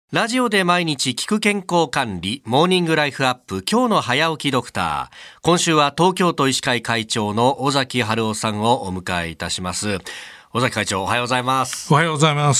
ラジオで毎日聞く健康管理、モーニングライフアップ、今日の早起きドクター。今週は東京都医師会会長の尾崎治夫さんをお迎えいたします。尾崎会長、おはようございます。 おはようございます。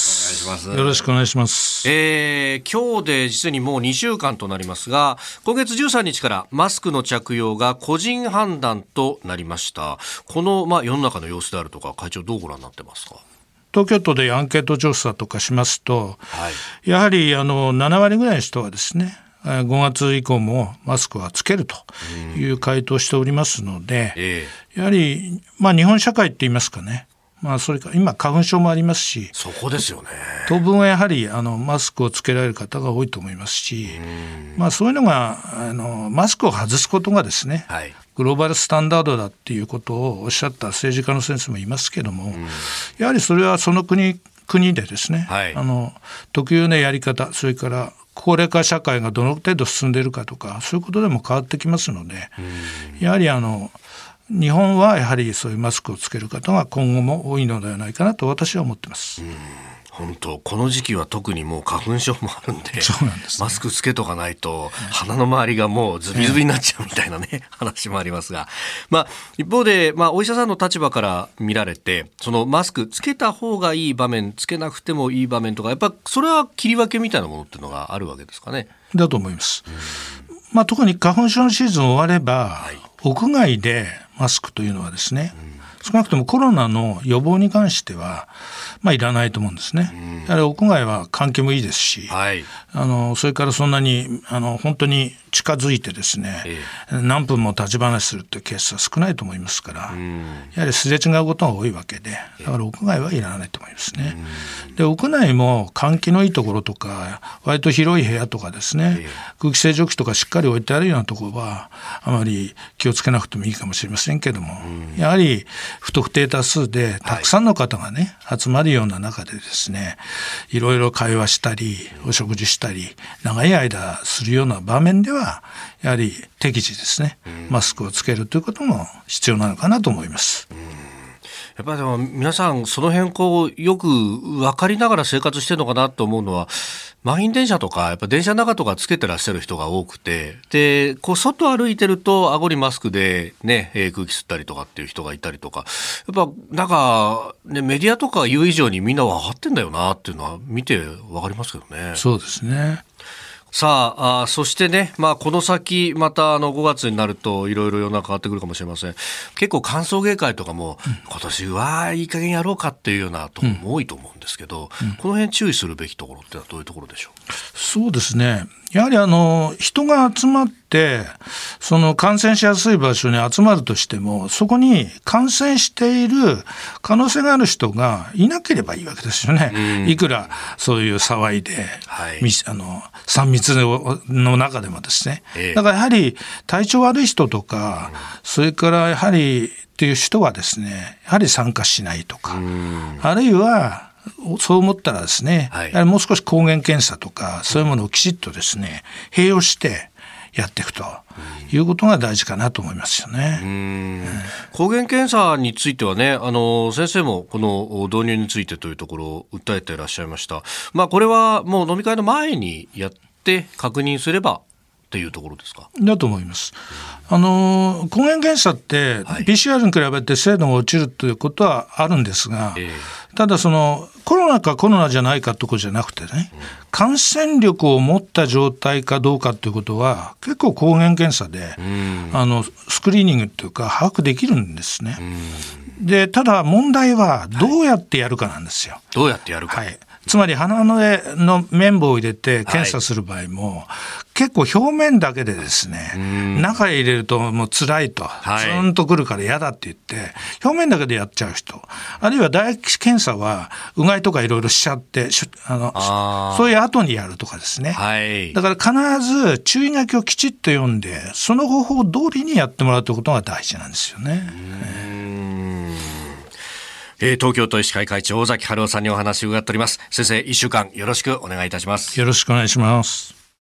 お願いします。 よろしくお願いします。 今日で実にもう2週間となりますが、今月13日からマスクの着用が個人判断となりました。この、世の中の様子であるとか、会長どうご覧になってますか？ 東京都でアンケート調査とかしますと、やはり7割ぐらいの人はですね、5月以降もマスクはつけるという回答をしておりますので、やはり、日本社会って言いますかね、それから今花粉症もありますし、 そこですよね。 当分はやはりマスクをつけられる方が多いと思いますし、そういうのがマスクを外すことがですね、グローバルスタンダードだっていうことをおっしゃった政治家の先生もいますけども、やはりそれはその国でですね、特有のやり方、それから高齢化社会がどの程度進んでいるかとか、そういうことでも変わってきますので、やはり日本はやはりそういうマスクをつける方が今後も多いのではないかなと私は思ってます。 本当この時期は特にもう花粉症もあるんで、 そうなんですね、 マスクつけとかないと鼻の周りがもうズビズビになっちゃうみたいなね、話もありますが、一方で、お医者さんの立場から見られて、そのマスクつけた方がいい場面、つけなくてもいい場面とか、やっぱそれは切り分けみたいなものっていうのがあるわけですかね？ だと思います。特に花粉症のシーズン終われば、屋外でマスクというのはですね、少なくともコロナの予防に関してはいらないと思うんですね。やはり屋外は換気もいいですし、それからそんなに本当に近づいてですね、何分も立ち話するというケースは少ないと思いますから、やはりすれ違うことが多いわけで、だから屋外はいらないと思いますね。で、屋内も換気のいいところとか、割と広い部屋とかですね、空気清浄機とかしっかり置いてあるようなところはあまり気をつけなくてもいいかもしれませんけども、やはり不特定多数でたくさんの方がね、集まるような中でですね、いろいろ会話したりお食事したり長い間するような場面ではやはり適時ですね、マスクをつけるということも必要なのかなと思います。 やっぱりでも皆さんその辺よく分かりながら生活してるのかなと思うのは、満員電車とかやっぱ電車の中とかつけてらっしゃる人が多くて、で外歩いてると顎にマスクで、空気吸ったりとかっていう人がいたりとか、やっぱメディアとか言う以上にみんな分かってんだよなっていうのは見て分かりますけどね。 そうですね。 さあ、そしてね、この先また5月になるといろいろ世の中変わってくるかもしれません。結構歓送迎会とかも、今年はいい加減やろうかっていうようなところも多いと思うんですけど、この辺注意するべきところってのはどういうところでしょう？ そうですね、やはり人が集まってその感染しやすい場所に集まるとしても、そこに感染している可能性がある人がいなければいいわけですよね。いくらそういう騒いで、3密の中でもですね、だからやはり体調悪い人とか、それからやはりっていう人はですね、やはり参加しないとか、あるいはそう思ったらですね、もう少し抗原検査とかそういうものをきちっとですね、併用してやっていくということが大事かなと思いますよね。 抗原検査についてはね、先生もこの導入についてというところを訴えていらっしゃいました。これはもう飲み会の前にやって確認すればっていうところですか？ だと思います。抗原検査って、PCR に比べて精度が落ちるということはあるんですが、ただコロナかコロナじゃないかということじゃなくてね、感染力を持った状態かどうかということは結構抗原検査でスクリーニングというか把握できるんですね。で、ただ問題はどうやってやるかなんですよ。 どうやってやるか、 つまり鼻の綿棒を入れて検査する場合も、結構表面だけでですね、中へ入れるともう辛いと、ツンとくるから嫌だって言って表面だけでやっちゃう人、あるいは唾液検査はうがいとかいろいろしちゃってそういう後にやるとかですね、だから必ず注意書きをきちっと読んで、その方法通りにやってもらうということが大事なんですよね。 東京都医師会会長尾崎治夫さんにお話を伺っております。先生、1週間よろしくお願いいたします。 よろしくお願いします。